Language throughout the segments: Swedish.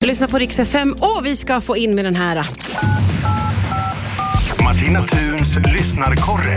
lyssnar på Rix FM och vi ska få in med den här. Martina Thuns lyssnarkorre.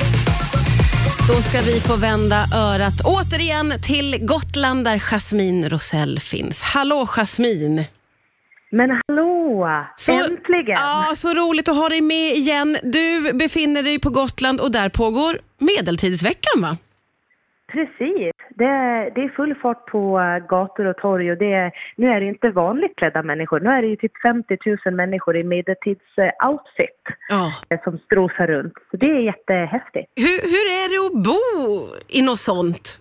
Då ska vi få vända örat återigen till Gotland där Jasmine Rosell finns. Hallå Jasmine! Men hallå, äntligen! Ja, så roligt att ha dig med igen. Du befinner dig på Gotland och där pågår medeltidsveckan, va? Precis, det är full fart på gator och torg och nu är det inte vanligt klädda människor. Nu är det ju typ 50 000 människor i medeltidsoutfit som strosar runt. Så det är jättehäftigt. Hur är det att bo i något sånt?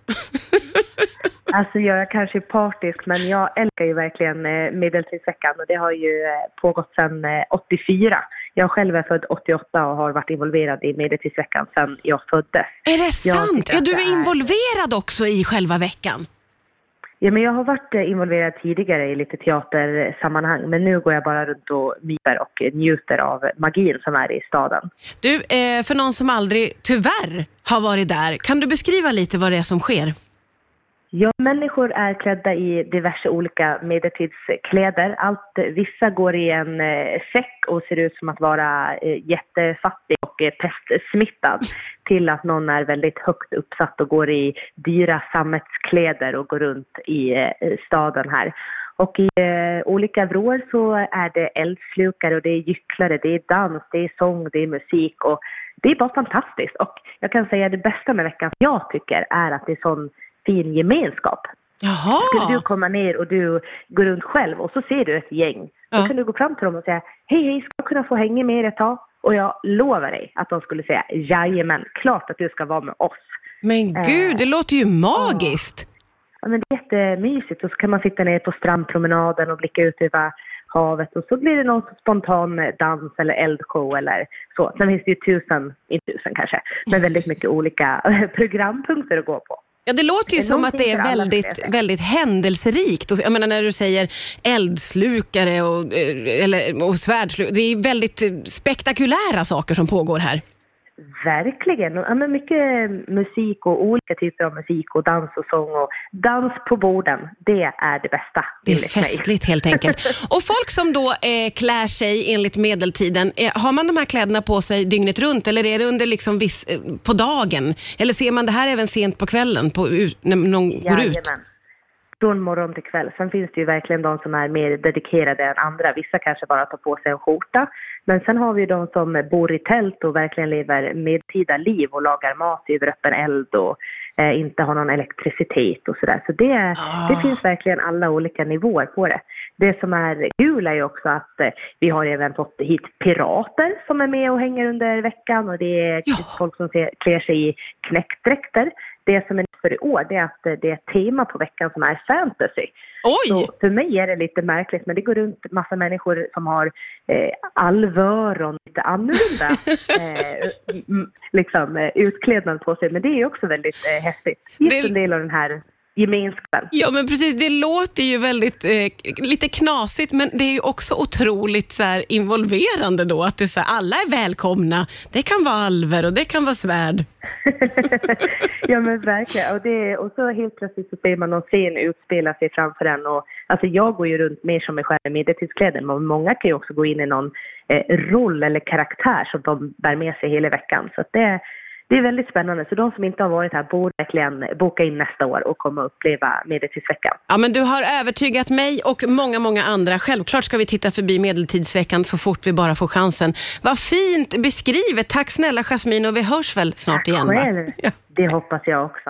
Alltså jag är kanske partisk, men jag älskar ju verkligen medeltidsveckan och det har ju pågått sedan 84. Jag själv är född 88 och har varit involverad i medeltidsveckan sedan jag föddes. Är det sant? Ja, du är involverad också i själva veckan? Ja, men jag har varit involverad tidigare i lite teatersammanhang, men nu går jag bara runt och myper och njuter av magin som är i staden. Du, för någon som aldrig tyvärr har varit där, kan du beskriva lite vad det är som sker? Ja, människor är klädda i diverse olika medeltidskläder. Vissa går i en säck och ser ut som att vara jättefattig och pestsmittad, till att någon är väldigt högt uppsatt och går i dyra sammetskläder och går runt i staden här. Och i olika vrår så är det eldslukare och det är gycklare, det är dans, det är sång, det är musik och det är bara fantastiskt. Och jag kan säga det bästa med veckan jag tycker är att det är sån fin gemenskap. Jaha. Skulle du komma ner och du går runt själv och så ser du ett gäng. Då kan du gå fram till dem och säga hej, ska jag kunna få hänga med er ett tag? Och jag lovar dig att de skulle säga jajamän, klart att du ska vara med oss. Men gud, det låter ju magiskt. Ja, men det är jättemysigt och så kan man sitta ner på strandpromenaden och blicka ut över havet och så blir det någon spontan dans eller eldshow eller så. Sen finns det ju inte tusen kanske, men väldigt mycket olika programpunkter att gå på. Ja, det låter ju som att det är väldigt, väldigt händelserikt. Jag menar när du säger eldslukare och svärdslukare, det är väldigt spektakulära saker som pågår här. Verkligen. Ja, men mycket musik och olika typer av musik och dans och sång och dans på borden. Det är det bästa. Det är festligt helt enkelt. Och folk som då klär sig enligt medeltiden, har man de här kläderna på sig dygnet runt eller är det under liksom på dagen? Eller ser man det här även sent på kvällen när någon går ut? Från morgon till kväll. Sen finns det ju verkligen de som är mer dedikerade än andra. Vissa kanske bara tar på sig en skjorta. Men sen har vi ju de som bor i tält och verkligen lever medeltida liv och lagar mat över öppen eld och inte har någon elektricitet och sådär. Så det finns verkligen alla olika nivåer på det. Det som är kul är ju också att vi har även fått hit pirater som är med och hänger under veckan och det är folk som klär sig i knäckdräkter. Det som är för i år det är att det är ett tema på veckan som är fantasy. Oj! Så för mig är det lite märkligt, men det går runt massa människor som har allvöron lite annorlunda utklädnad på sig. Men det är ju också väldigt häftigt. Det är en del av den här gemenskapen. Ja, men precis. Det låter ju väldigt lite knasigt, men det är ju också otroligt så här involverande då. Att det är så här, alla är välkomna. Det kan vara alver och det kan vara svärd. Ja, men verkligen. Och så helt plötsligt så ser man någon scen utspela sig framför en. Och, alltså jag går ju runt mer som mig själv i medeltidskläder. Men många kan ju också gå in i någon roll eller karaktär som de bär med sig hela veckan. Så att det är väldigt spännande. Så de som inte har varit här borde verkligen boka in nästa år och komma och uppleva medeltidsveckan. Ja, men du har övertygat mig och många andra. Självklart ska vi titta förbi medeltidsveckan så fort vi bara får chansen. Vad fint beskrivet. Tack snälla Jasmine och vi hörs väl snart igen. Själv. Ja. Det hoppas jag också.